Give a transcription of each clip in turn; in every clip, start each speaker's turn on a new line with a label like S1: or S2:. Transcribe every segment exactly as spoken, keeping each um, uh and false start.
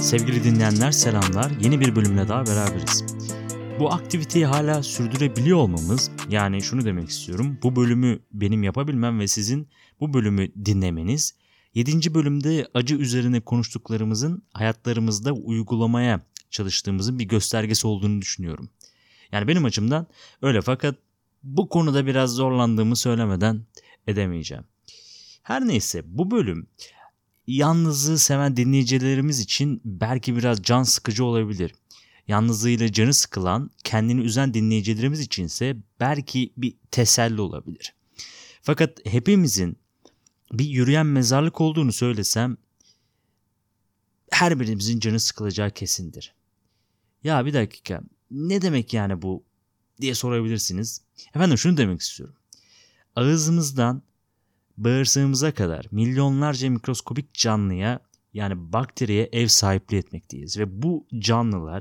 S1: Sevgili dinleyenler selamlar. Yeni bir bölümle daha beraberiz. Bu aktiviteyi hala sürdürebiliyor olmamız, yani şunu demek istiyorum. Bu bölümü benim yapabilmem ve sizin bu bölümü dinlemeniz, yedinci bölümde acı üzerine konuştuklarımızın hayatlarımızda uygulamaya çalıştığımızın bir göstergesi olduğunu düşünüyorum. Yani benim açımdan öyle, fakat bu konuda biraz zorlandığımı söylemeden edemeyeceğim. Her neyse, bu bölüm yalnızlığı seven dinleyicilerimiz için belki biraz can sıkıcı olabilir. Yalnızlığıyla canı sıkılan, kendini üzen dinleyicilerimiz içinse belki bir teselli olabilir. Fakat hepimizin bir yürüyen mezarlık olduğunu söylesem, her birimizin canı sıkılacağı kesindir. Ya bir dakika, ne demek yani bu diye sorabilirsiniz. Efendim şunu demek istiyorum. Ağzımızdan bağırsağımıza kadar milyonlarca mikroskobik canlıya, yani bakteriye ev sahipliği etmekteyiz. Ve bu canlılar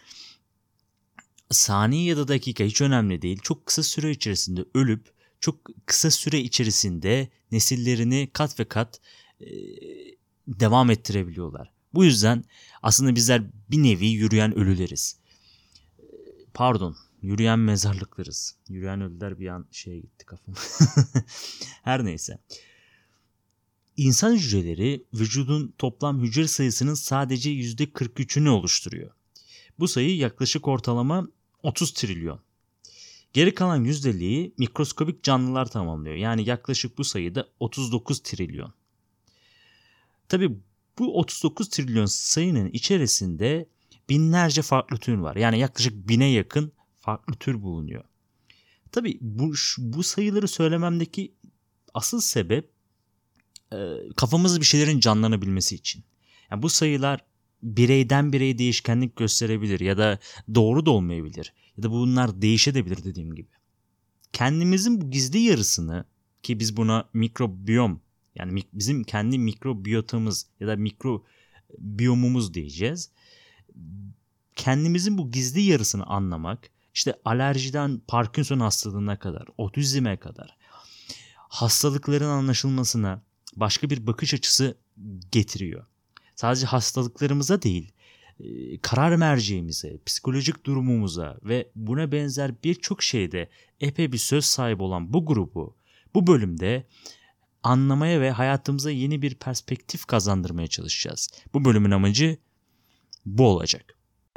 S1: saniye ya da dakika hiç önemli değil, çok kısa süre içerisinde ölüp çok kısa süre içerisinde nesillerini kat ve kat e, devam ettirebiliyorlar. Bu yüzden aslında bizler bir nevi yürüyen ölüleriz. Pardon, yürüyen mezarlıklarız. Yürüyen ölüler bir an şeye gitti kafam. Her neyse. İnsan hücreleri vücudun toplam hücre sayısının sadece yüzde kırk üçünü oluşturuyor. Bu sayı yaklaşık ortalama otuz trilyon. Geri kalan yüzdeliği mikroskobik canlılar tamamlıyor. Yani yaklaşık bu sayıda otuz dokuz trilyon. Tabii bu otuz dokuz trilyon sayının içerisinde binlerce farklı tür var. Yani yaklaşık bine yakın farklı tür bulunuyor. Tabii bu, bu sayıları söylememdeki asıl sebep e, kafamızda bir şeylerin canlanabilmesi için. Yani bu sayılar bireyden bireye değişkenlik gösterebilir ya da doğru da olmayabilir. Ya da bunlar değişebilir dediğim gibi. Kendimizin bu gizli yarısını, ki biz buna mikrobiyom, yani bizim kendi mikrobiyotamız ya da mikrobiyomumuz diyeceğiz. Kendimizin bu gizli yarısını anlamak, işte alerjiden Parkinson hastalığına kadar, otizme kadar hastalıkların anlaşılmasına başka bir bakış açısı getiriyor. Sadece hastalıklarımıza değil, karar merceğimize, psikolojik durumumuza ve buna benzer birçok şeyde epey bir söz sahibi olan bu grubu bu bölümde anlamaya ve hayatımıza yeni bir perspektif kazandırmaya çalışacağız. Bu bölümün amacı bu olacak.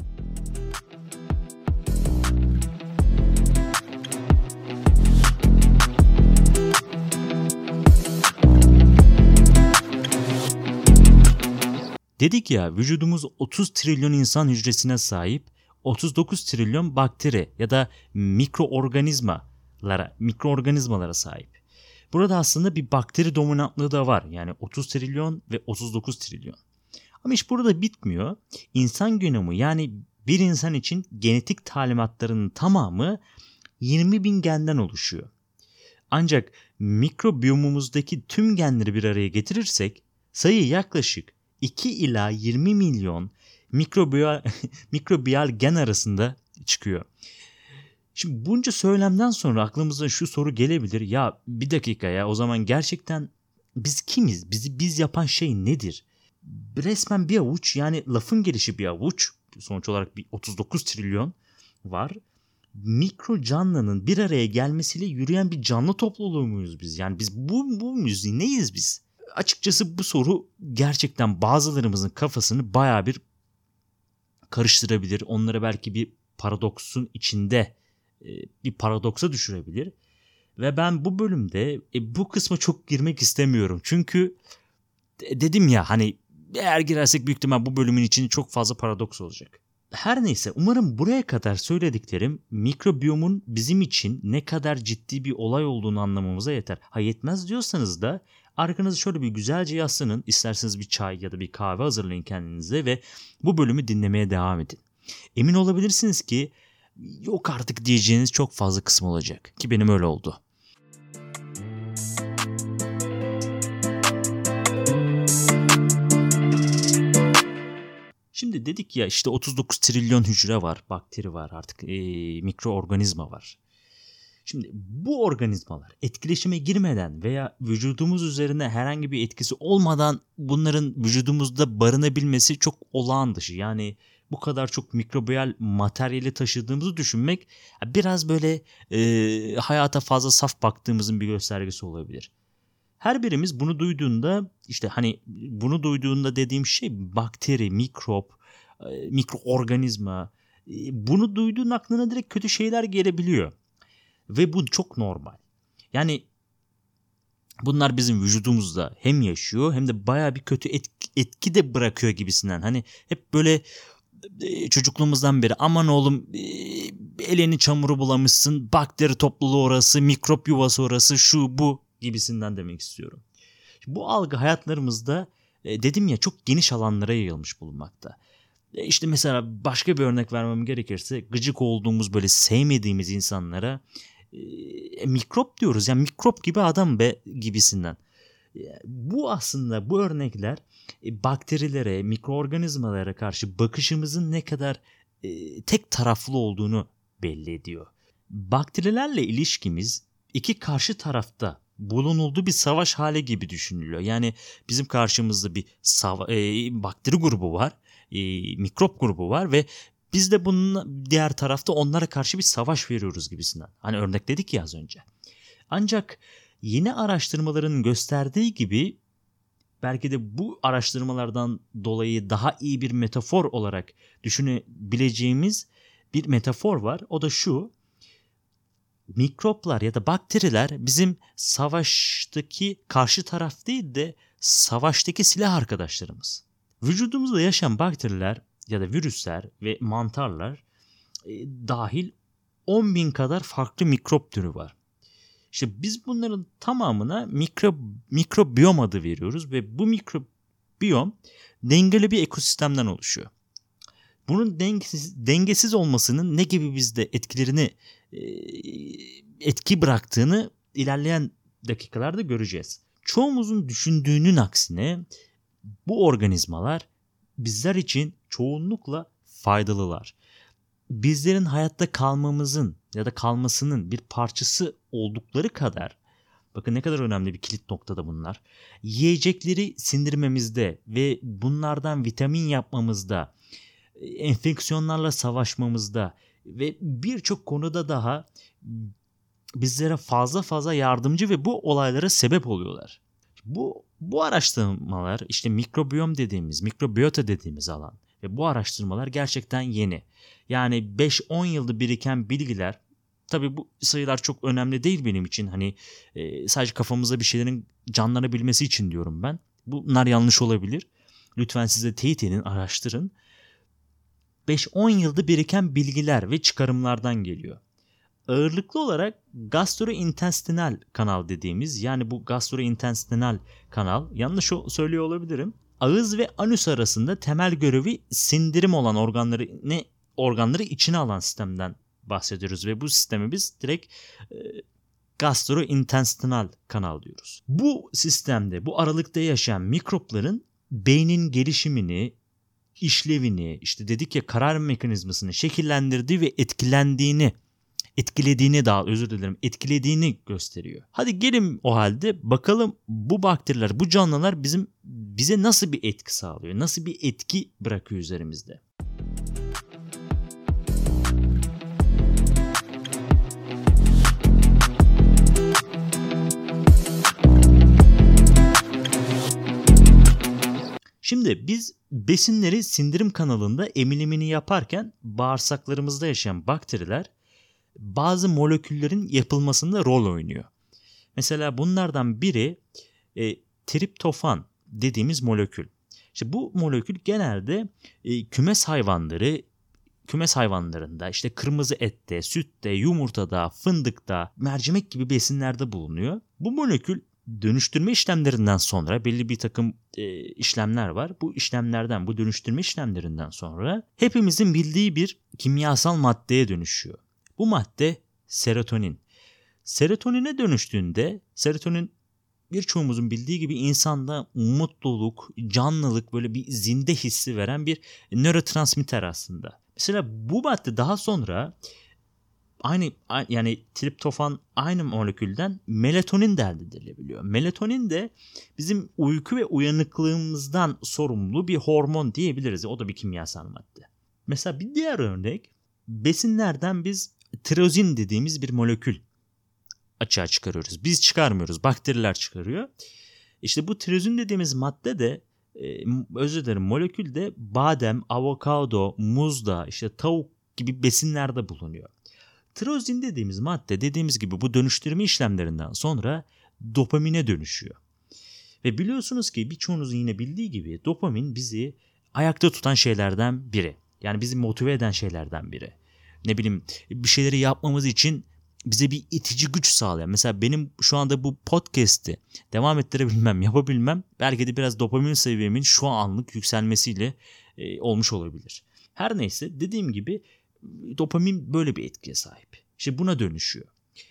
S1: Dedik ya, vücudumuz otuz trilyon insan hücresine sahip, otuz dokuz trilyon bakteri ya da mikroorganizmalara, mikroorganizmalara sahip. Burada aslında bir bakteri dominantlığı da var. Yani otuz trilyon ve otuz dokuz trilyon. Ama iş burada bitmiyor. İnsan genomu, yani bir insan için genetik talimatlarının tamamı yirmi bin genden oluşuyor. Ancak mikrobiyomumuzdaki tüm genleri bir araya getirirsek sayı yaklaşık iki ila yirmi milyon mikrobiyal, mikrobiyal gen arasında çıkıyor. Şimdi bunca söylemden sonra aklımıza şu soru gelebilir. Ya bir dakika ya, o zaman gerçekten biz kimiz? Bizi biz yapan şey nedir? Resmen bir avuç, yani lafın gelişi bir avuç, sonuç olarak bir otuz dokuz trilyon var. Mikro canlının bir araya gelmesiyle yürüyen bir canlı topluluğu muyuz biz? Yani biz bu, bu muyuz? Neyiz biz? Açıkçası bu soru gerçekten bazılarımızın kafasını bayağı bir karıştırabilir. Onları belki bir paradoksun içinde bir paradoksa düşürebilir. Ve ben bu bölümde e, bu kısma çok girmek istemiyorum. Çünkü dedim ya, hani eğer girersek büyük ihtimal bu bölümün için çok fazla paradoks olacak. Her neyse, umarım buraya kadar söylediklerim mikrobiyomun bizim için ne kadar ciddi bir olay olduğunu anlamamıza yeter. Ha yetmez diyorsanız da arkanızı şöyle bir güzelce yaslanın. İsterseniz bir çay ya da bir kahve hazırlayın kendinize ve bu bölümü dinlemeye devam edin. Emin olabilirsiniz ki yok artık diyeceğiniz çok fazla kısım olacak. Ki benim öyle oldu. Şimdi dedik ya, işte otuz dokuz trilyon hücre var, bakteri var, artık e, mikroorganizma var. Şimdi bu organizmalar etkileşime girmeden veya vücudumuz üzerine herhangi bir etkisi olmadan bunların vücudumuzda barınabilmesi çok olağan dışı. Yani bu kadar çok mikrobiyal materyali taşıdığımızı düşünmek biraz böyle e, hayata fazla saf baktığımızın bir göstergesi olabilir. Her birimiz bunu duyduğunda, işte hani bunu duyduğunda dediğim şey bakteri, mikrop, e, mikroorganizma, e, bunu duyduğun aklına direkt kötü şeyler gelebiliyor. Ve bu çok normal. Yani bunlar bizim vücudumuzda hem yaşıyor hem de bayağı bir kötü etki, etki de bırakıyor gibisinden. Hani hep böyle e, çocukluğumuzdan beri aman oğlum e, elini çamuru bulamışsın, bakteri topluluğu orası, mikrop yuvası orası, şu bu gibisinden demek istiyorum. Bu algı hayatlarımızda e, dedim ya çok geniş alanlara yayılmış bulunmakta. E, işte mesela başka bir örnek vermem gerekirse gıcık olduğumuz böyle sevmediğimiz insanlara e, mikrop diyoruz. Yani mikrop gibi adam be gibisinden. E, bu aslında bu örnekler e, bakterilere, mikroorganizmalara karşı bakışımızın ne kadar e, tek taraflı olduğunu belli ediyor. Bakterilerle ilişkimiz iki karşı tarafta bulunulduğu bir savaş hali gibi düşünülüyor. Yani bizim karşımızda bir sava- e, bakteri grubu var, e, mikrop grubu var ve biz de bunun diğer tarafta onlara karşı bir savaş veriyoruz gibisinden. Hani örnek dedik ya az önce. Ancak yeni araştırmaların gösterdiği gibi belki de bu araştırmalardan dolayı daha iyi bir metafor olarak düşünebileceğimiz bir metafor var. O da şu: mikroplar ya da bakteriler bizim savaştaki karşı taraf değil de savaştaki silah arkadaşlarımız. Vücudumuzda yaşayan bakteriler ya da virüsler ve mantarlar e, dahil on bin kadar farklı mikrop türü var. İşte biz bunların tamamına mikro, mikrobiyom adı veriyoruz ve bu mikrobiyom dengeli bir ekosistemden oluşuyor. Bunun dengesiz, dengesiz olmasının ne gibi bizde etkilerini e, etki bıraktığını ilerleyen dakikalarda göreceğiz. Çoğumuzun düşündüğünün aksine bu organizmalar bizler için çoğunlukla faydalılar. Bizlerin hayatta kalmamızın ya da kalmasının bir parçası oldukları kadar, bakın ne kadar önemli bir kilit noktada bunlar, yiyecekleri sindirmemizde ve bunlardan vitamin yapmamızda, enfeksiyonlarla savaşmamızda ve birçok konuda daha bizlere fazla fazla yardımcı ve bu olaylara sebep oluyorlar. Bu bu araştırmalar, işte mikrobiyom dediğimiz, mikrobiyota dediğimiz alan ve bu araştırmalar gerçekten yeni. Yani beş on yılda biriken bilgiler. Tabii bu sayılar çok önemli değil benim için. Hani e, sadece kafamızda bir şeylerin canlanabilmesi için diyorum ben. Bunlar yanlış olabilir. Lütfen siz de teyit edin, araştırın. beş on yılda biriken bilgiler ve çıkarımlardan geliyor. Ağırlıklı olarak gastrointestinal kanal dediğimiz, yani bu gastrointestinal kanal, yanlış söylüyor olabilirim, ağız ve anüs arasında temel görevi sindirim olan organları ne organları içine alan sistemden bahsediyoruz ve bu sistemi biz direkt e, gastrointestinal kanal diyoruz. Bu sistemde, bu aralıkta yaşayan mikropların beynin gelişimini, işlevini, işte dedik ya karar mekanizmasını şekillendirdiği ve etkilendiğini, etkilediğini daha özür dilerim, etkilediğini gösteriyor. Hadi gelin o halde bakalım bu bakteriler, bu canlılar bizim bize nasıl bir etki sağlıyor? Nasıl bir etki bırakıyor üzerimizde? Şimdi biz besinleri sindirim kanalında emilimini yaparken bağırsaklarımızda yaşayan bakteriler bazı moleküllerin yapılmasında rol oynuyor. Mesela bunlardan biri e, triptofan dediğimiz molekül. İşte bu molekül genelde e, kümes hayvanları, kümes hayvanlarında işte kırmızı ette, sütte, yumurtada, fındıkta, mercimek gibi besinlerde bulunuyor. Bu molekül dönüştürme işlemlerinden sonra belli bir takım e, işlemler var. Bu işlemlerden, bu dönüştürme işlemlerinden sonra hepimizin bildiği bir kimyasal maddeye dönüşüyor. Bu madde serotonin. Serotonine dönüştüğünde, serotonin birçoğumuzun bildiği gibi insanda mutluluk, canlılık, böyle bir zinde hissi veren bir nörotransmitter aslında. Mesela bu madde daha sonra aynı yani triptofan aynı molekülden melatonin de elde edilebiliyor. Melatonin de bizim uyku ve uyanıklığımızdan sorumlu bir hormon diyebiliriz. O da bir kimyasal madde. Mesela bir diğer örnek, besinlerden biz tirozin dediğimiz bir molekül açığa çıkarıyoruz. Biz çıkarmıyoruz, bakteriler çıkarıyor. İşte bu tirozin dediğimiz madde de e, özür dilerim molekül de badem, avokado, muzda, işte tavuk gibi besinlerde bulunuyor. Tirozin dediğimiz madde dediğimiz gibi bu dönüştürme işlemlerinden sonra dopamine dönüşüyor. Ve biliyorsunuz ki birçoğunuzun yine bildiği gibi dopamin bizi ayakta tutan şeylerden biri. Yani bizi motive eden şeylerden biri. Ne bileyim bir şeyleri yapmamız için bize bir itici güç sağlayan. Mesela benim şu anda bu podcast'i devam ettirebilmem, yapabilmem belki de biraz dopamin seviyemin şu anlık yükselmesiyle e, olmuş olabilir. Her neyse dediğim gibi dopamin böyle bir etkiye sahip. İşte buna dönüşüyor.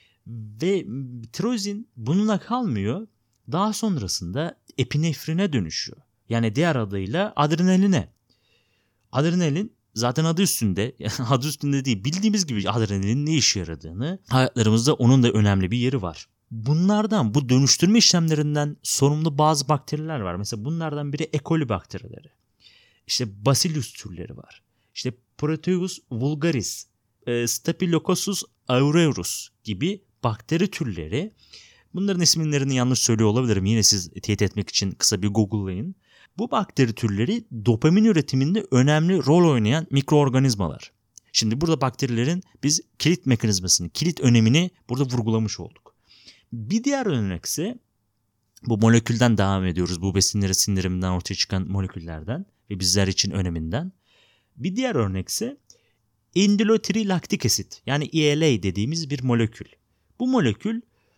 S1: Ve tirozin bununla kalmıyor. Daha sonrasında epinefrine dönüşüyor. Yani diğer adıyla adrenaline. Adrenalin zaten adı üstünde, adı üstünde değil bildiğimiz gibi adrenalin ne işe yaradığını, hayatlarımızda onun da önemli bir yeri var. Bunlardan, bu dönüştürme işlemlerinden sorumlu bazı bakteriler var. Mesela bunlardan biri E. coli bakterileri. İşte Bacillus türleri var. İşte Proteus vulgaris, Staphylococcus aureus gibi bakteri türleri. Bunların isimlerini yanlış söylüyor olabilirim. Yine siz teyit etmek için kısa bir google'layın. Bu bakteri türleri dopamin üretiminde önemli rol oynayan mikroorganizmalar. Şimdi burada bakterilerin biz kilit mekanizmasını, kilit önemini burada vurgulamış olduk. Bir diğer örnek ise bu molekülden devam ediyoruz. Bu besinleri sindiriminden ortaya çıkan moleküllerden ve bizler için öneminden. Bir diğer örnek ise indolotrilaktik asit yani E L A dediğimiz bir molekül. Bu molekül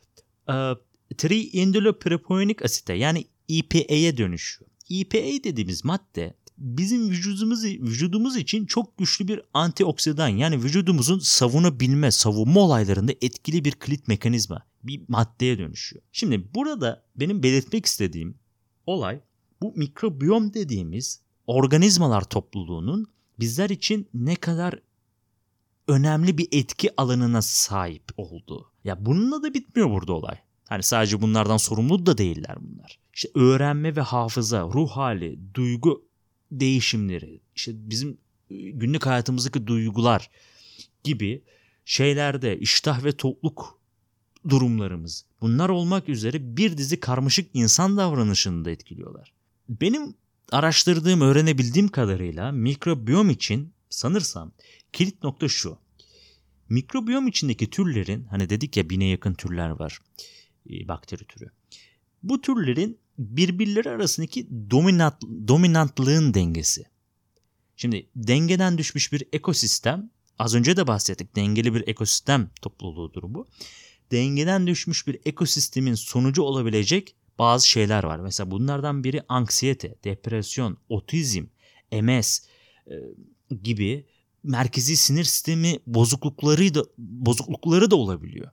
S1: tri-indolopropionik asite yani E P A'ya dönüşüyor. E P A dediğimiz madde bizim vücudumuz, vücudumuz için çok güçlü bir antioksidan yani vücudumuzun savunabilme, savunma olaylarında etkili bir kilit mekanizma, bir maddeye dönüşüyor. Şimdi burada benim belirtmek istediğim olay bu mikrobiyom dediğimiz organizmalar topluluğunun bizler için ne kadar önemli bir etki alanına sahip olduğu. Ya bununla da bitmiyor burada olay. Hani sadece bunlardan sorumlu da değiller bunlar. İşte öğrenme ve hafıza, ruh hali, duygu değişimleri, işte bizim günlük hayatımızdaki duygular gibi şeylerde iştah ve tokluk durumlarımız. Bunlar olmak üzere bir dizi karmaşık insan davranışını da etkiliyorlar. Benim araştırdığım, öğrenebildiğim kadarıyla mikrobiyom için sanırsam kilit nokta şu. Mikrobiyom içindeki türlerin, hani dedik ya bine yakın türler var, e, bakteri türü. Bu türlerin birbirleri arasındaki dominant, dominantlığın dengesi. Şimdi dengeden düşmüş bir ekosistem, az önce de bahsettik, dengeli bir ekosistem topluluğudur bu. Dengeden düşmüş bir ekosistemin sonucu olabilecek bazı şeyler var. Mesela bunlardan biri anksiyete, depresyon, otizm, M S e, gibi merkezi sinir sistemi bozuklukları da bozuklukları da olabiliyor.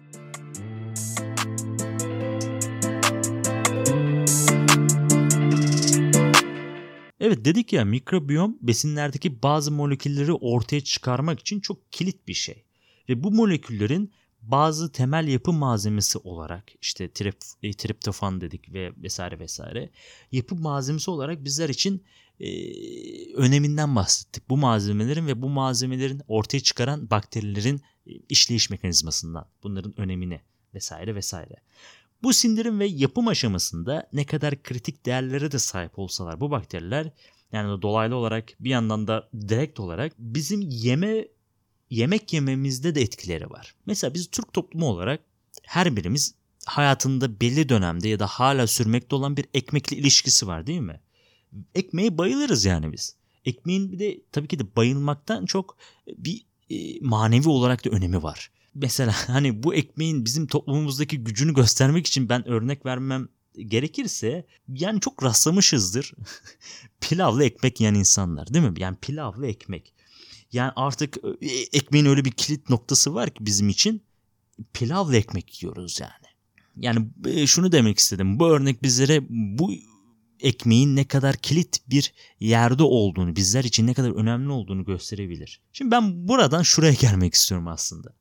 S1: Evet dedik ya mikrobiyom besinlerdeki bazı molekülleri ortaya çıkarmak için çok kilit bir şey. Ve bu moleküllerin bazı temel yapı malzemesi olarak işte trip, triptofan dedik ve vesaire vesaire yapı malzemesi olarak bizler için e, öneminden bahsettik. Bu malzemelerin ve bu malzemelerin ortaya çıkaran bakterilerin işleyiş mekanizmasından, bunların önemini vesaire vesaire. Bu sindirim ve yapım aşamasında ne kadar kritik değerlere de sahip olsalar bu bakteriler yani dolaylı olarak bir yandan da direkt olarak bizim yeme yemek yememizde de etkileri var. Mesela biz Türk toplumu olarak her birimiz hayatında belli dönemde ya da hala sürmekte olan bir ekmekle ilişkisi var değil mi? Ekmeğe bayılırız yani biz. Ekmeğin bir de tabii ki de bayılmaktan çok bir e, manevi olarak da önemi var. Mesela hani bu ekmeğin bizim toplumumuzdaki gücünü göstermek için ben örnek vermem gerekirse yani çok rastlamışızdır. Pilavlı ekmek yiyen insanlar değil mi? Yani pilavlı ekmek. Yani artık ekmeğin öyle bir kilit noktası var ki bizim için pilavlı ekmek yiyoruz yani. Yani şunu demek istedim. Bu örnek bizlere bu ekmeğin ne kadar kilit bir yerde olduğunu, bizler için ne kadar önemli olduğunu gösterebilir. Şimdi ben buradan şuraya gelmek istiyorum aslında.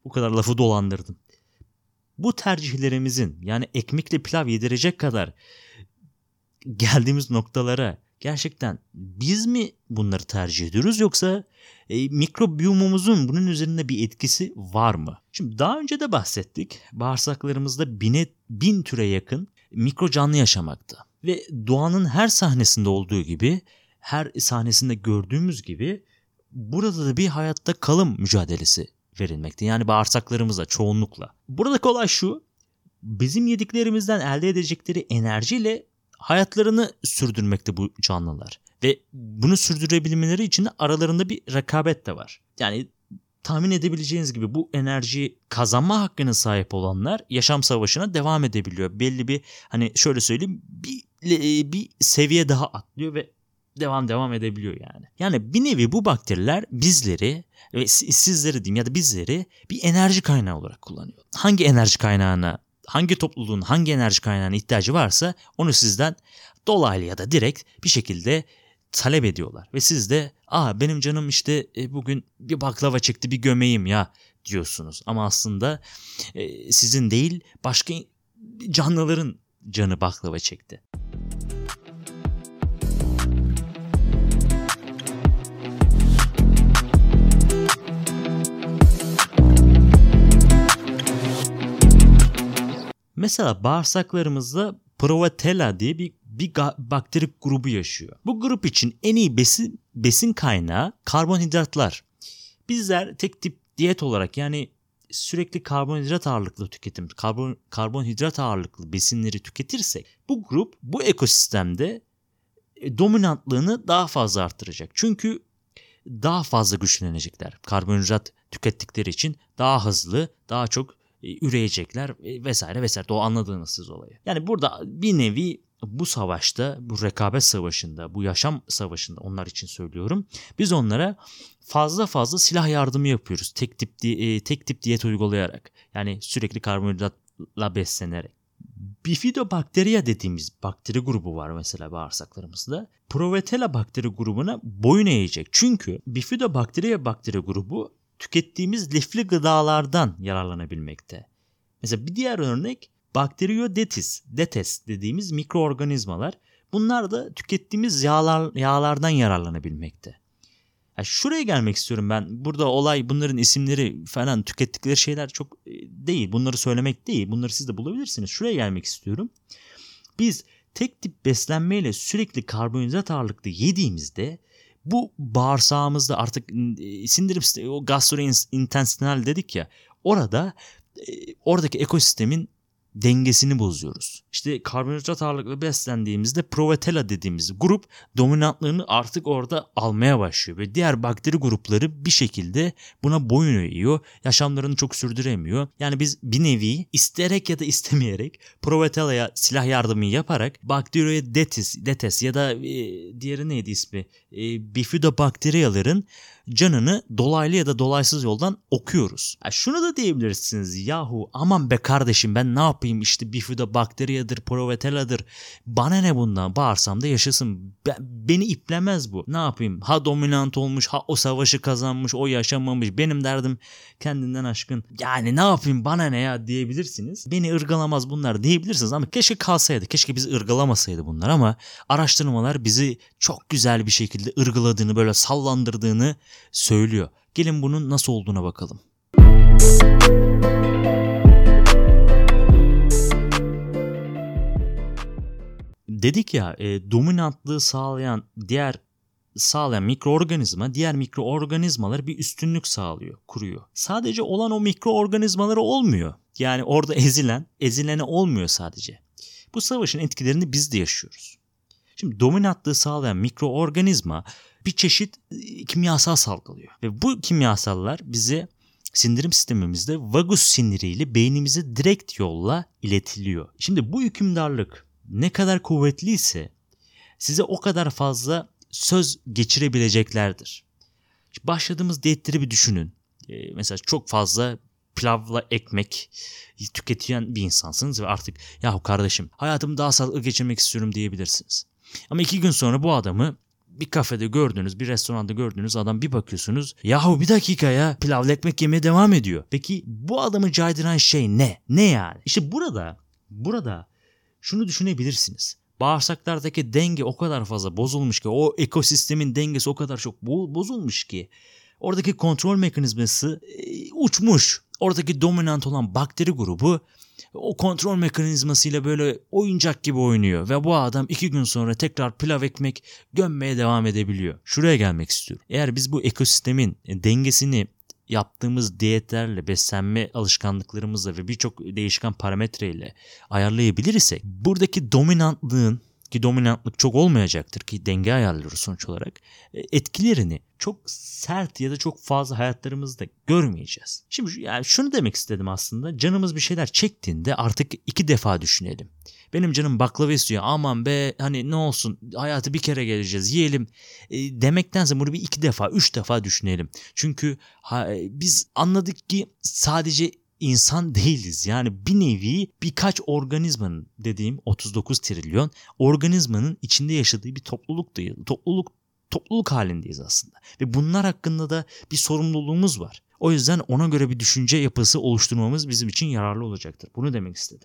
S1: Bu kadar lafı dolandırdım. Bu tercihlerimizin, yani ekmekle pilav yedirecek kadar geldiğimiz noktalara gerçekten biz mi bunları tercih ediyoruz, yoksa e, mikrobiyomumuzun bunun üzerinde bir etkisi var mı? Şimdi daha önce de bahsettik. Bağırsaklarımızda bine, bin türe yakın mikro canlı yaşamakta. Ve doğanın her sahnesinde olduğu gibi, her sahnesinde gördüğümüz gibi burada da bir hayatta kalım mücadelesi verilmekte. Yani bağırsaklarımızla çoğunlukla. Buradaki olay şu: bizim yediklerimizden elde edecekleri enerjiyle hayatlarını sürdürmekte bu canlılar. Ve bunu sürdürebilmeleri için de aralarında bir rekabet de var. Yani tahmin edebileceğiniz gibi bu enerjiyi kazanma hakkına sahip olanlar yaşam savaşına devam edebiliyor. Belli bir, hani şöyle söyleyeyim, bir, bir seviye daha atlıyor ve devam devam edebiliyor yani. Yani bir nevi bu bakteriler bizleri ve sizleri diyeyim ya da bizleri bir enerji kaynağı olarak kullanıyor. Hangi enerji kaynağına, hangi topluluğun hangi enerji kaynağına ihtiyacı varsa onu sizden dolaylı ya da direkt bir şekilde talep ediyorlar. Ve siz de aa benim canım işte e, bugün bir baklava çekti, bir gömeyim ya diyorsunuz. Ama aslında e, sizin değil, başka canlıların canı baklava çekti. Mesela bağırsaklarımızda Prevotella diye bir, bir bakteri grubu yaşıyor. Bu grup için en iyi besin, besin kaynağı karbonhidratlar. Bizler tek tip diyet olarak, yani sürekli karbonhidrat ağırlıklı tüketim, karbon, karbonhidrat ağırlıklı besinleri tüketirsek bu grup bu ekosistemde dominantlığını daha fazla arttıracak. Çünkü daha fazla güçlenecekler. Karbonhidrat tükettikleri için daha hızlı, daha çok üreyecekler vesaire vesaire. O anladığınız siz olayı. Yani burada bir nevi bu savaşta, bu rekabet savaşında, bu yaşam savaşında onlar için söylüyorum. Biz onlara fazla fazla silah yardımı yapıyoruz. Tek tip tek tip diyet uygulayarak. Yani sürekli karbonhidratla beslenerek. Bifidobakteria dediğimiz bakteri grubu var mesela bağırsaklarımızda. Prevotella bakteri grubuna boyun eğecek. Çünkü Bifidobakteria bakteri grubu tükettiğimiz lifli gıdalardan yararlanabilmekte. Mesela bir diğer örnek Bacteroidetes detes dediğimiz mikroorganizmalar. Bunlar da tükettiğimiz yağlar, yağlardan yararlanabilmekte. Yani şuraya gelmek istiyorum ben. Burada olay bunların isimleri falan, tükettikleri şeyler çok değil. Bunları söylemek değil. Bunları siz de bulabilirsiniz. Şuraya gelmek istiyorum. Biz tek tip beslenmeyle sürekli karbonhidrat ağırlıklı yediğimizde bu bağırsağımızda artık sindirim sistemi, o gastrointestinal dedik ya, orada oradaki ekosistemin dengesini bozuyoruz. İşte karbonhidrat ağırlıklı beslendiğimizde Prevotella dediğimiz grup dominantlığını artık orada almaya başlıyor ve diğer bakteri grupları bir şekilde buna boyun eğiyor. Yaşamlarını çok sürdüremiyor. Yani biz bir nevi isteyerek ya da istemeyerek Prevotella'ya silah yardımı yaparak Bacteroidetes detes ya da e, diğeri neydi ismi? E, Bifidobakteriyaların canını dolaylı ya da dolaysız yoldan okuyoruz. Ya şunu da diyebilirsiniz, yahu aman be kardeşim ben ne yapayım, işte Bifidobakteriyadır, Prevotella'dır, bana ne bundan, bağırsam da yaşasın, be, beni iplemez bu, ne yapayım, ha dominant olmuş, ha o savaşı kazanmış, o yaşamamış, benim derdim kendinden aşkın, yani ne yapayım bana ne ya diyebilirsiniz. Beni ırgalamaz bunlar diyebilirsiniz ama keşke kalsaydı, keşke bizi ırgalamasaydı bunlar, ama araştırmalar bizi çok güzel bir şekilde ırgaladığını, böyle sallandırdığını söylüyor. Gelin bunun nasıl olduğuna bakalım. Dedik ya, e, dominantlığı sağlayan diğer sağlayan mikroorganizma diğer mikroorganizmalara bir üstünlük sağlıyor, kuruyor. Sadece olan o mikroorganizmaları olmuyor. Yani orada ezilen, ezilene olmuyor sadece. Bu savaşın etkilerini biz de yaşıyoruz. Şimdi dominantlığı sağlayan mikroorganizma bir çeşit kimyasal salgılıyor. Ve bu kimyasallar bize sindirim sistemimizde vagus siniriyle beynimize direkt yolla iletiliyor. Şimdi bu hükümdarlık ne kadar kuvvetliyse size o kadar fazla söz geçirebileceklerdir. Başladığımız diyetleri bir düşünün. Ee, mesela çok fazla pilavla ekmek tüketen bir insansınız ve artık yahu kardeşim hayatımı daha sağlıklı geçirmek istiyorum diyebilirsiniz. Ama iki gün sonra bu adamı bir kafede gördünüz, bir restoranda gördüğünüz adam bir bakıyorsunuz. Yahu bir dakika ya, pilavlı ekmek yemeye devam ediyor. Peki bu adamı caydıran şey ne? Ne yani? İşte burada, burada şunu düşünebilirsiniz. Bağırsaklardaki denge o kadar fazla bozulmuş ki, o ekosistemin dengesi o kadar çok bozulmuş ki oradaki kontrol mekanizması e, uçmuş. Oradaki dominant olan bakteri grubu o kontrol mekanizmasıyla böyle oyuncak gibi oynuyor ve bu adam iki gün sonra tekrar pilav ekmek gömmeye devam edebiliyor. Şuraya gelmek istiyorum. Eğer biz bu ekosistemin dengesini yaptığımız diyetlerle, beslenme alışkanlıklarımızla ve birçok değişken parametreyle ayarlayabilirsek buradaki dominantlığın, ki dominantlık çok olmayacaktır ki denge ayarlıyoruz sonuç olarak, etkilerini çok sert ya da çok fazla hayatlarımızda görmeyeceğiz. Şimdi yani şunu demek istedim aslında, canımız bir şeyler çektiğinde artık iki defa düşünelim. Benim canım baklava istiyor, aman be hani ne olsun, hayatı bir kere geleceğiz, yiyelim e, demektense bunu bir iki defa, üç defa düşünelim. Çünkü ha, biz anladık ki sadece İnsan değiliz. Yani bir nevi birkaç organizmanın, dediğim otuz dokuz trilyon organizmanın içinde yaşadığı bir topluluk değil. Topluluk topluluk halindeyiz aslında. Ve bunlar hakkında da bir sorumluluğumuz var. O yüzden ona göre bir düşünce yapısı oluşturmamız bizim için yararlı olacaktır. Bunu demek istedim.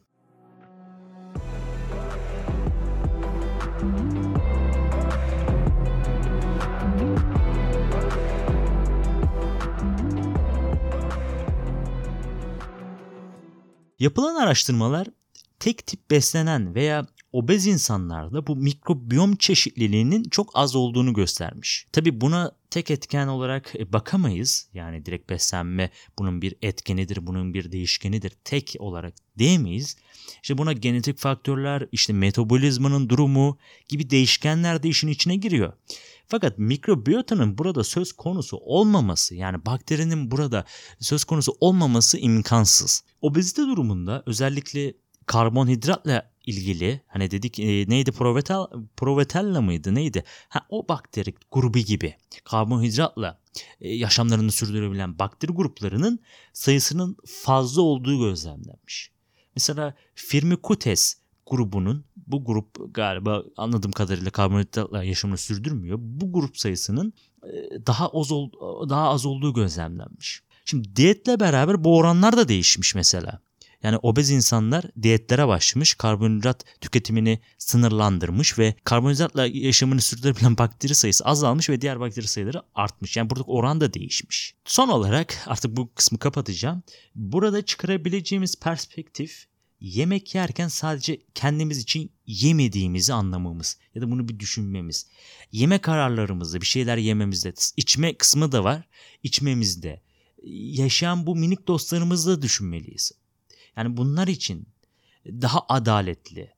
S1: Yapılan araştırmalar tek tip beslenen veya obez insanlarda bu mikrobiyom çeşitliliğinin çok az olduğunu göstermiş. Tabii buna tek etken olarak bakamayız. Yani direkt beslenme bunun bir etkenidir, bunun bir değişkenidir. Tek olarak diyemeyiz. İşte buna genetik faktörler, işte metabolizmanın durumu gibi değişkenler de işin içine giriyor. Fakat mikrobiyotanın burada söz konusu olmaması, yani bakterinin burada söz konusu olmaması imkansız. Obezite durumunda özellikle karbonhidratla ilgili, hani dedik e, neydi, Provetel, Provetella mıydı neydi? Ha, o bakteri grubu gibi karbonhidratla e, yaşamlarını sürdürebilen bakteri gruplarının sayısının fazla olduğu gözlemlenmiş. Mesela Firmicutes grubunun, bu grup galiba anladığım kadarıyla karbonhidratla yaşamını sürdürmüyor. Bu grup sayısının daha az daha az olduğu gözlemlenmiş. Şimdi diyetle beraber bu oranlar da değişmiş mesela. Yani obez insanlar diyetlere başlamış, karbonhidrat tüketimini sınırlandırmış ve karbonhidratla yaşamını sürdürebilen bakteri sayısı azalmış ve diğer bakteri sayıları artmış. Yani buradaki oran da değişmiş. Son olarak artık bu kısmı kapatacağım. Burada çıkarabileceğimiz perspektif, yemek yerken sadece kendimiz için yemediğimizi anlamamız ya da bunu bir düşünmemiz. Yeme kararlarımızda, bir şeyler yememizde, içme kısmı da var, içmemizde. Yaşayan bu minik dostlarımızı da düşünmeliyiz. Yani bunlar için daha adaletli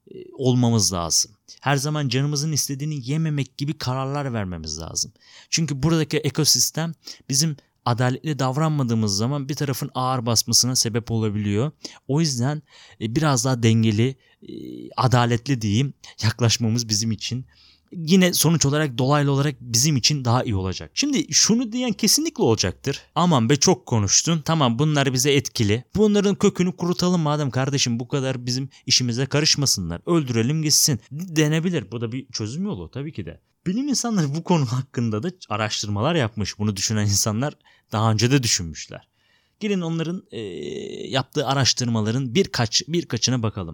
S1: olmamız lazım. Her zaman canımızın istediğini yememek gibi kararlar vermemiz lazım. Çünkü buradaki ekosistem bizim adaletli davranmadığımız zaman bir tarafın ağır basmasına sebep olabiliyor. O yüzden biraz daha dengeli, adaletli diyeyim, yaklaşmamız bizim için yine sonuç olarak dolaylı olarak bizim için daha iyi olacak. Şimdi şunu diyen kesinlikle olacaktır. Aman be çok konuştun. Tamam, bunlar bize etkili. Bunların kökünü kurutalım madem kardeşim, bu kadar bizim işimize karışmasınlar. Öldürelim gitsin denebilir. Bu da bir çözüm yolu tabii ki de. Bilim insanları bu konu hakkında da araştırmalar yapmış. Bunu düşünen insanlar daha önce de düşünmüşler. Gelin onların e, yaptığı araştırmaların birkaç birkaçına bakalım.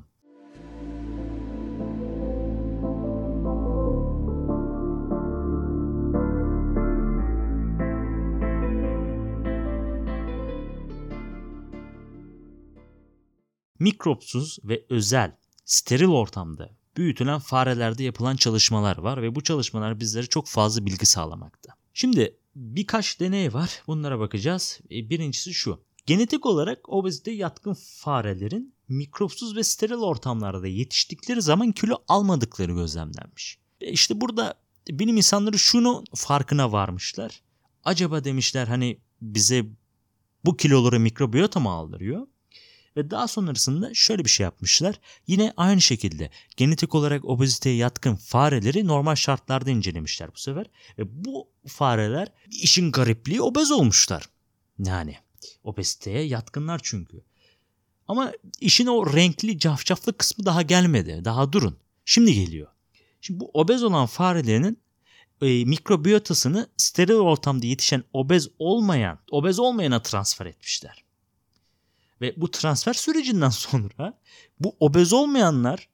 S1: Mikropsuz ve özel, steril ortamda büyütülen farelerde yapılan çalışmalar var ve bu çalışmalar bizlere çok fazla bilgi sağlamakta. Şimdi birkaç deney var. Bunlara bakacağız. Birincisi şu. Genetik olarak obezite yatkın farelerin mikropsuz ve steril ortamlarda yetiştikleri zaman kilo almadıkları gözlemlenmiş. İşte burada bilim insanları şunu farkına varmışlar. Acaba demişler, hani bize bu kiloları mikrobiyota mı aldırıyor? Ve daha sonrasında şöyle bir şey yapmışlar. Yine aynı şekilde genetik olarak obeziteye yatkın fareleri normal şartlarda incelemişler bu sefer. Ve bu fareler, işin garipliği, obez olmuşlar. Yani obeziteye yatkınlar çünkü. Ama işin o renkli cafcaflı kısmı daha gelmedi. Daha durun. Şimdi geliyor. Şimdi bu obez olan farelerin e, mikrobiyotasını steril ortamda yetişen obez olmayan, obez olmayana transfer etmişler. Ve bu transfer sürecinden sonra bu obez olmayanlar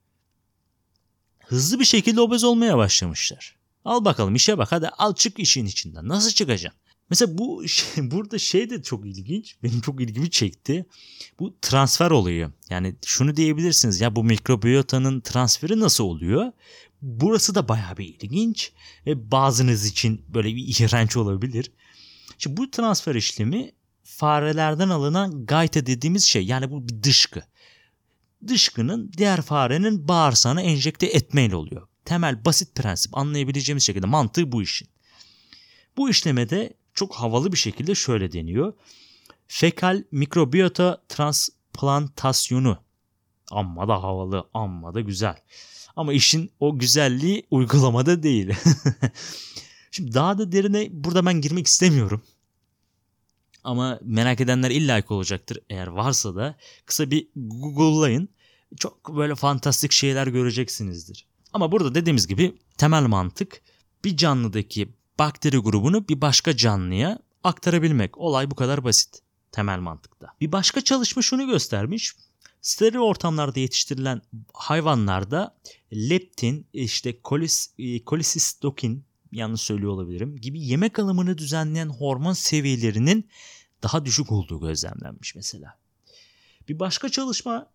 S1: hızlı bir şekilde obez olmaya başlamışlar. Al bakalım işe bak, hadi al çık işin içinden. Nasıl çıkacaksın? Mesela bu şey, burada şey de çok ilginç. Benim çok ilgimi çekti. Bu transfer olayı. Yani şunu diyebilirsiniz ya, bu mikrobiyotanın transferi nasıl oluyor? Burası da bayağı bir ilginç ve bazınız için böyle bir iğrenç olabilir. Şimdi bu transfer işlemi farelerden alınan gayta dediğimiz şey, yani bu bir dışkı. Dışkının diğer farenin bağırsağına enjekte etmeyle oluyor. Temel basit prensip, anlayabileceğimiz şekilde mantığı bu işin. Bu işlemede çok havalı bir şekilde şöyle deniyor. Fekal mikrobiyota transplantasyonu. Amma da havalı, amma da güzel. Ama işin o güzelliği uygulamada değil. Şimdi daha da derine burada ben girmek istemiyorum. Ama merak edenler illaki olacaktır. Eğer varsa da kısa bir Google'layın. Çok böyle fantastik şeyler göreceksinizdir. Ama burada dediğimiz gibi temel mantık bir canlıdaki bakteri grubunu bir başka canlıya aktarabilmek. Olay bu kadar basit temel mantıkta. Bir başka çalışma şunu göstermiş. Steril ortamlarda yetiştirilen hayvanlarda leptin, işte kolis, kolisistokin, yanlış söylüyor olabilirim, gibi yemek alımını düzenleyen hormon seviyelerinin daha düşük olduğu gözlemlenmiş mesela. Bir başka çalışma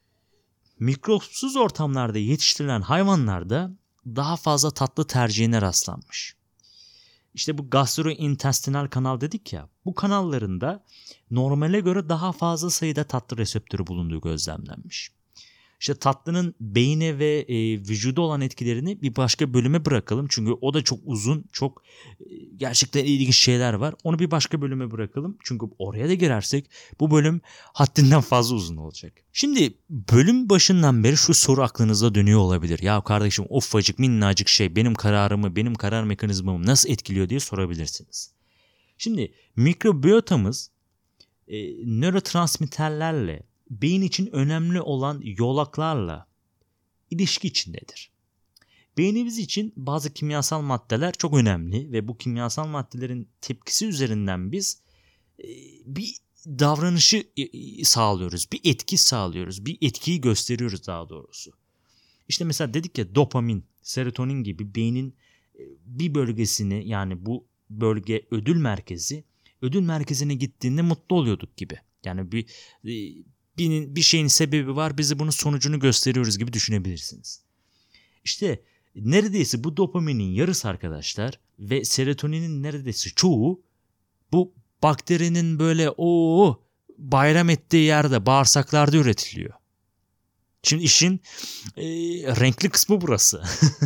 S1: mikropsuz ortamlarda yetiştirilen hayvanlarda daha fazla tatlı tercihine rastlanmış. İşte bu gastrointestinal kanal dedik ya, bu kanallarında normale göre daha fazla sayıda tatlı reseptörü bulunduğu gözlemlenmiş. İşte tatlının beyine ve e, vücuda olan etkilerini bir başka bölüme bırakalım. Çünkü o da çok uzun, çok e, gerçekten ilginç şeyler var. Onu bir başka bölüme bırakalım. Çünkü oraya da girersek bu bölüm haddinden fazla uzun olacak. Şimdi bölüm başından beri şu soru aklınızda dönüyor olabilir. Ya kardeşim, ufacık minnacık şey benim kararımı, benim karar mekanizmamı nasıl etkiliyor diye sorabilirsiniz. Şimdi mikrobiyotamız e, nörotransmitterlerle, beyin için önemli olan yolaklarla ilişki içindedir. Beynimiz için bazı kimyasal maddeler çok önemli ve bu kimyasal maddelerin tepkisi üzerinden biz bir davranışı sağlıyoruz, bir etki sağlıyoruz, bir etkiyi gösteriyoruz daha doğrusu. İşte mesela dedik ya, dopamin, serotonin gibi beynin bir bölgesini, yani bu bölge ödül merkezi, ödül merkezine gittiğinde mutlu oluyorduk gibi. Yani bir bir, bir şeyin sebebi var, bize bunun sonucunu gösteriyoruz gibi düşünebilirsiniz. İşte neredeyse bu dopaminin yarısı arkadaşlar ve serotoninin neredeyse çoğu bu bakterinin böyle o bayram ettiği yerde, bağırsaklarda üretiliyor. Şimdi işin e, renkli kısmı burası.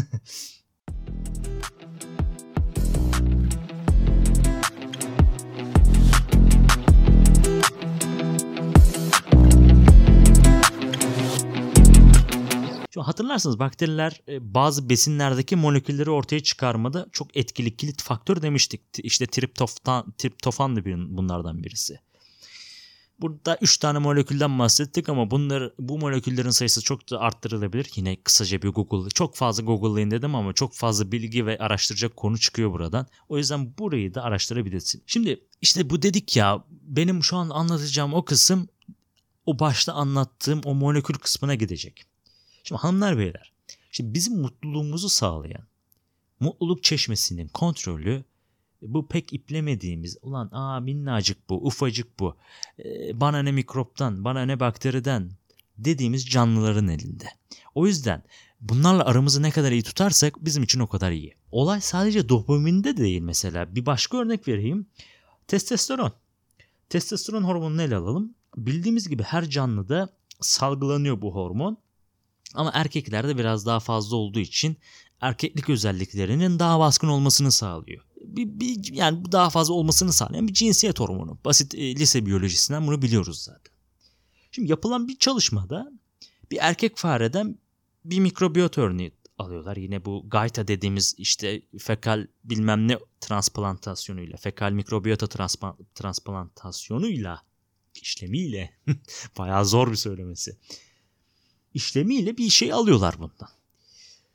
S1: Hatırlarsanız bakteriler bazı besinlerdeki molekülleri ortaya çıkarmada çok etkili kilit faktör demiştik. İşte triptofan, triptofan da bunlardan birisi. Burada üç tane molekülden bahsettik ama bunlar, bu moleküllerin sayısı çok da arttırılabilir. Yine kısaca bir Google, çok fazla Google'layın dedim ama çok fazla bilgi ve araştıracak konu çıkıyor buradan. O yüzden burayı da araştırabilirsin. Şimdi işte bu dedik ya, benim şu an anlatacağım o kısım o başta anlattığım o molekül kısmına gidecek. Şimdi hanımlar beyler, şimdi bizim mutluluğumuzu sağlayan mutluluk çeşmesinin kontrolü bu pek iplemediğimiz, ulan aa minnacık bu, ufacık bu, ee, bana ne mikroptan, bana ne bakteriden dediğimiz canlıların elinde. O yüzden bunlarla aramızı ne kadar iyi tutarsak bizim için o kadar iyi. Olay sadece dopaminde değil mesela. Bir başka örnek vereyim. Testosteron. Testosteron hormonunu ele alalım. Bildiğimiz gibi her canlıda salgılanıyor bu hormon. Ama erkeklerde biraz daha fazla olduğu için erkeklik özelliklerinin daha baskın olmasını sağlıyor. Bir, bir, yani daha fazla olmasını sağlayan bir cinsiyet hormonu. Basit e, lise biyolojisinden bunu biliyoruz zaten. Şimdi yapılan bir çalışmada bir erkek fareden bir mikrobiyot örneği alıyorlar. Yine bu gayta dediğimiz işte fekal bilmem ne transplantasyonuyla, fekal mikrobiyota transpa, transplantasyonuyla, işlemiyle bayağı zor bir söylemesi. İşlemiyle bir şey alıyorlar bundan.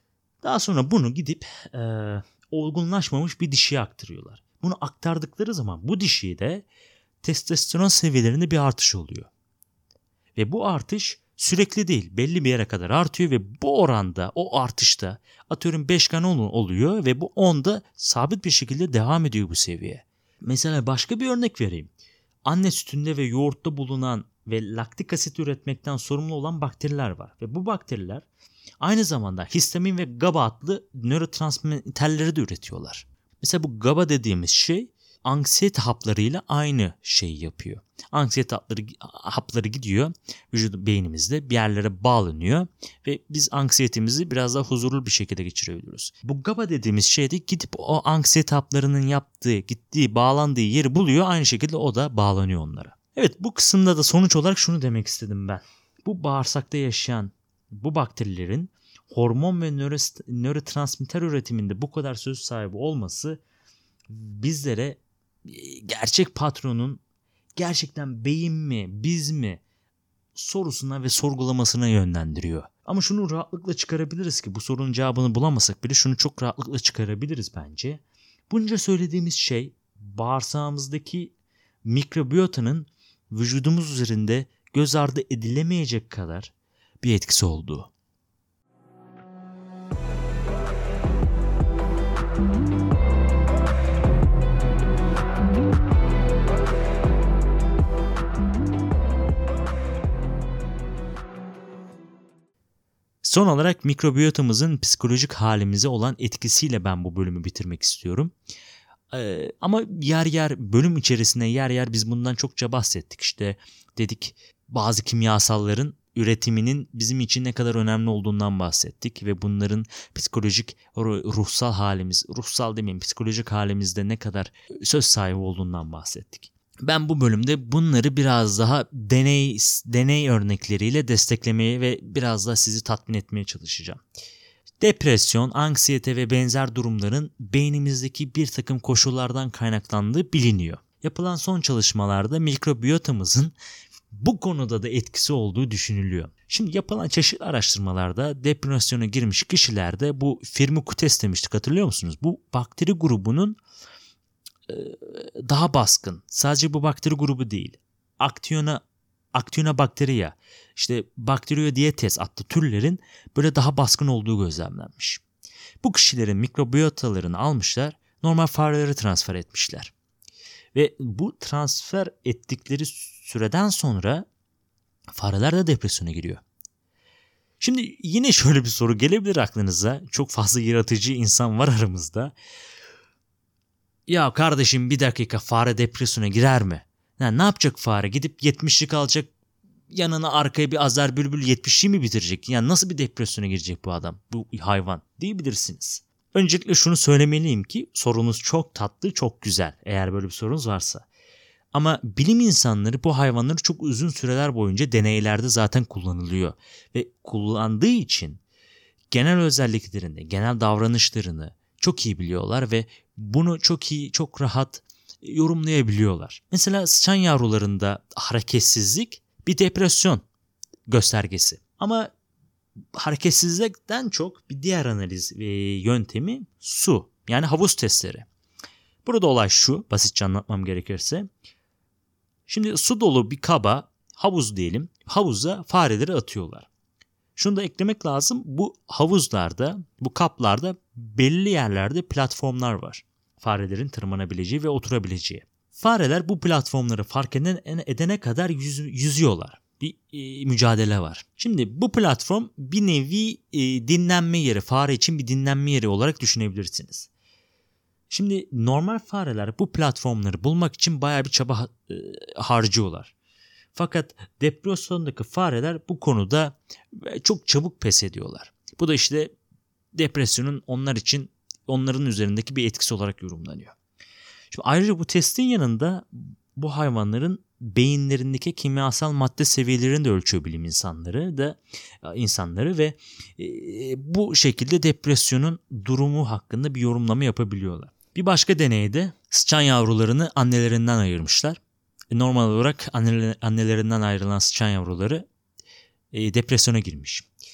S1: Daha sonra bunu gidip e, olgunlaşmamış bir dişiye aktarıyorlar. Bunu aktardıkları zaman bu dişiye de testosteron seviyelerinde bir artış oluyor. Ve bu artış sürekli değil, belli bir yere kadar artıyor ve bu oranda, o artışta atıyorum beş kan oluyor ve bu onda sabit bir şekilde devam ediyor bu seviye. Mesela başka bir örnek vereyim. Anne sütünde ve yoğurtta bulunan ve laktik asit üretmekten sorumlu olan bakteriler var. Ve bu bakteriler aynı zamanda histamin ve GABA adlı nörotransmitterleri de üretiyorlar. Mesela bu GABA dediğimiz şey anksiyete haplarıyla aynı şeyi yapıyor. Anksiyete hapları, hapları gidiyor vücudu beynimizde bir yerlere bağlanıyor ve biz anksiyetemizi biraz daha huzurlu bir şekilde geçirebiliyoruz. Bu GABA dediğimiz şey de gidip o anksiyete haplarının yaptığı, gittiği, bağlandığı yeri buluyor. Aynı şekilde o da bağlanıyor onlara. Evet, bu kısımda da sonuç olarak şunu demek istedim ben. Bu bağırsakta yaşayan bu bakterilerin hormon ve nörotransmitter üretiminde bu kadar söz sahibi olması bizlere gerçek patronun gerçekten beyin mi, biz mi sorusuna ve sorgulamasına yönlendiriyor. Ama şunu rahatlıkla çıkarabiliriz ki bu sorunun cevabını bulamasak bile şunu çok rahatlıkla çıkarabiliriz bence. Bunca söylediğimiz şey bağırsağımızdaki mikrobiyotanın vücudumuz üzerinde göz ardı edilemeyecek kadar bir etkisi olduğu. Son olarak mikrobiyotamızın psikolojik halimize olan etkisiyle ben bu bölümü bitirmek istiyorum. Ee, ama yer yer bölüm içerisinde yer yer biz bundan çokça bahsettik. İşte dedik bazı kimyasalların üretiminin bizim için ne kadar önemli olduğundan bahsettik ve bunların psikolojik ruhsal halimiz, ruhsal demeyeyim psikolojik halimizde ne kadar söz sahibi olduğundan bahsettik. Ben bu bölümde bunları biraz daha deney deney örnekleriyle desteklemeye ve biraz daha sizi tatmin etmeye çalışacağım. Depresyon, anksiyete ve benzer durumların beynimizdeki bir takım koşullardan kaynaklandığı biliniyor. Yapılan son çalışmalarda mikrobiyotamızın bu konuda da etkisi olduğu düşünülüyor. Şimdi yapılan çeşitli araştırmalarda depresyona girmiş kişilerde bu Firmicutes demiştik, hatırlıyor musunuz? Bu bakteri grubunun daha baskın. Sadece bu bakteri grubu değil. Actiona, Actinobacteria, işte Bacteroidetes adlı türlerin böyle daha baskın olduğu gözlemlenmiş. Bu kişilerin mikrobiyotalarını almışlar, normal farelere transfer etmişler. Ve bu transfer ettikleri süreden sonra fareler de depresyona giriyor. Şimdi yine şöyle bir soru gelebilir aklınıza. Çok fazla yaratıcı insan var aramızda. Ya kardeşim bir dakika, fare depresyona girer mi? Yani ne yapacak fare? Gidip yetmişlik alacak, yanına arkaya bir azar bülbül yetmişliği mi bitirecek? Yani nasıl bir depresyona girecek bu adam, bu hayvan diyebilirsiniz. Öncelikle şunu söylemeliyim ki sorunuz çok tatlı, çok güzel eğer böyle bir sorunuz varsa. Ama bilim insanları bu hayvanları çok uzun süreler boyunca deneylerde zaten kullanılıyor. Ve kullandığı için genel özelliklerini, genel davranışlarını çok iyi biliyorlar ve bunu çok iyi, çok rahat yorumlayabiliyorlar. Mesela sıçan yavrularında hareketsizlik bir depresyon göstergesi. Ama hareketsizlikten çok bir diğer analiz ve yöntemi su, yani havuz testleri. Burada olay şu, basitçe anlatmam gerekirse. Şimdi su dolu bir kaba, havuz diyelim, havuza fareleri atıyorlar. Şunu da eklemek lazım, bu havuzlarda, bu kaplarda belli yerlerde platformlar var. Farelerin tırmanabileceği ve oturabileceği. Fareler bu platformları fark edene kadar yüz, yüzüyorlar. Bir e, mücadele var. Şimdi bu platform bir nevi e, dinlenme yeri, fare için bir dinlenme yeri olarak düşünebilirsiniz. Şimdi normal fareler bu platformları bulmak için bayağı bir çaba e, harcıyorlar. Fakat depresyondaki fareler bu konuda çok çabuk pes ediyorlar. Bu da işte depresyonun onlar için, onların üzerindeki bir etkisi olarak yorumlanıyor. Şimdi ayrıca bu testin yanında bu hayvanların beyinlerindeki kimyasal madde seviyelerini de ölçüyor bilim insanları da insanları ve e, bu şekilde depresyonun durumu hakkında bir yorumlama yapabiliyorlar. Bir başka deneyde sıçan yavrularını annelerinden ayırmışlar. Normal olarak annelerinden ayrılan sıçan yavruları e, depresyona girmiş.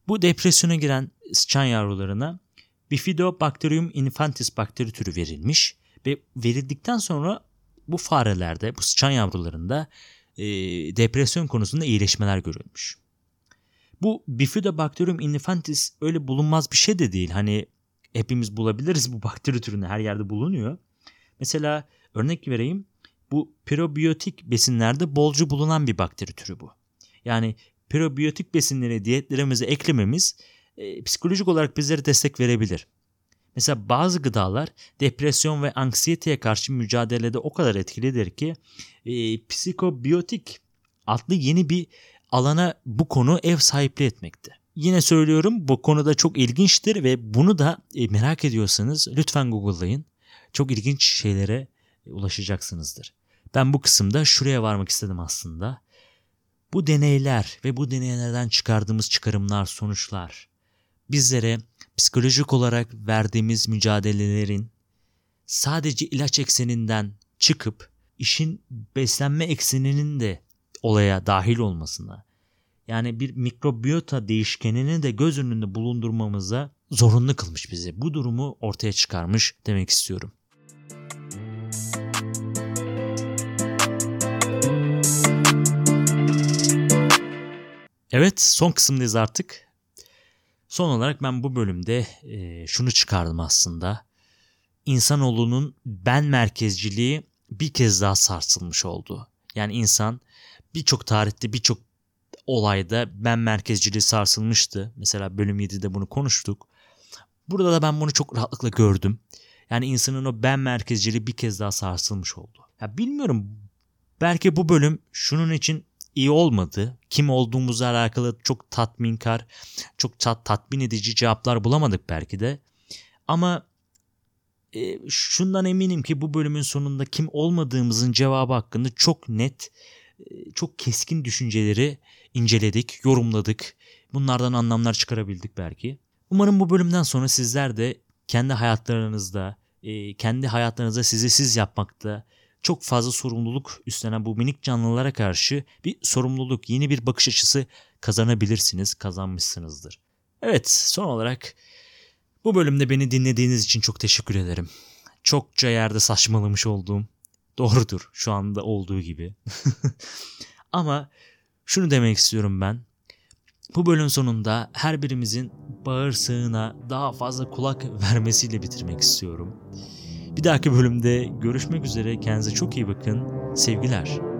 S1: Bu depresyona giren sıçan yavrularına Bifidobacterium infantis bakteri türü verilmiş ve verildikten sonra bu farelerde, bu sıçan yavrularında e, depresyon konusunda iyileşmeler görülmüş. Bu Bifidobacterium infantis öyle bulunmaz bir şey de değil. Hani hepimiz bulabiliriz, bu bakteri türünü her yerde bulunuyor. Mesela örnek vereyim, bu probiyotik besinlerde bolca bulunan bir bakteri türü bu. Yani probiyotik besinleri diyetlerimize eklememiz e, psikolojik olarak bizlere destek verebilir. Mesela bazı gıdalar depresyon ve anksiyeteye karşı mücadelede o kadar etkilidir ki e, psikobiyotik adlı yeni bir alana bu konu ev sahipliği etmekte. Yine söylüyorum, bu konuda çok ilginçtir ve bunu da e, merak ediyorsanız lütfen Google'layın. Çok ilginç şeylere ulaşacaksınızdır. Ben bu kısımda şuraya varmak istedim aslında. Bu deneyler ve bu deneylerden çıkardığımız çıkarımlar, sonuçlar bizlere psikolojik olarak verdiğimiz mücadelelerin sadece ilaç ekseninden çıkıp işin beslenme ekseninin de olaya dahil olmasına, yani bir mikrobiyota değişkenini de göz önünde bulundurmamıza zorunlu kılmış bizi. Bu durumu ortaya çıkarmış demek istiyorum. Evet, son kısımdayız artık. Son olarak ben bu bölümde e, şunu çıkardım aslında. İnsanoğlunun ben merkezciliği bir kez daha sarsılmış oldu. Yani insan birçok tarihte, birçok olayda ben merkezciliği sarsılmıştı. Mesela bölüm yedide bunu konuştuk. Burada da ben bunu çok rahatlıkla gördüm. Yani insanın o ben merkezciliği bir kez daha sarsılmış oldu. Ya bilmiyorum, belki bu bölüm şunun için iyi olmadı. Kim olduğumuzla alakalı çok tatminkar, çok tat, tatmin edici cevaplar bulamadık belki de. Ama e, şundan eminim ki bu bölümün sonunda kim olmadığımızın cevabı hakkında çok net, e, çok keskin düşünceleri inceledik, yorumladık. Bunlardan anlamlar çıkarabildik belki. Umarım bu bölümden sonra sizler de kendi hayatlarınızda, e, kendi hayatlarınızda sizi siz yapmakta çok fazla sorumluluk üstlenen bu minik canlılara karşı bir sorumluluk, yeni bir bakış açısı kazanabilirsiniz, kazanmışsınızdır. Evet, son olarak bu bölümde beni dinlediğiniz için çok teşekkür ederim. Çokça yerde saçmalamış olduğum doğrudur, şu anda olduğu gibi. Ama şunu demek istiyorum ben. Bu bölüm sonunda her birimizin bağırsağına daha fazla kulak vermesiyle bitirmek istiyorum. Bir dahaki bölümde görüşmek üzere. Kendinize çok iyi bakın. Sevgiler.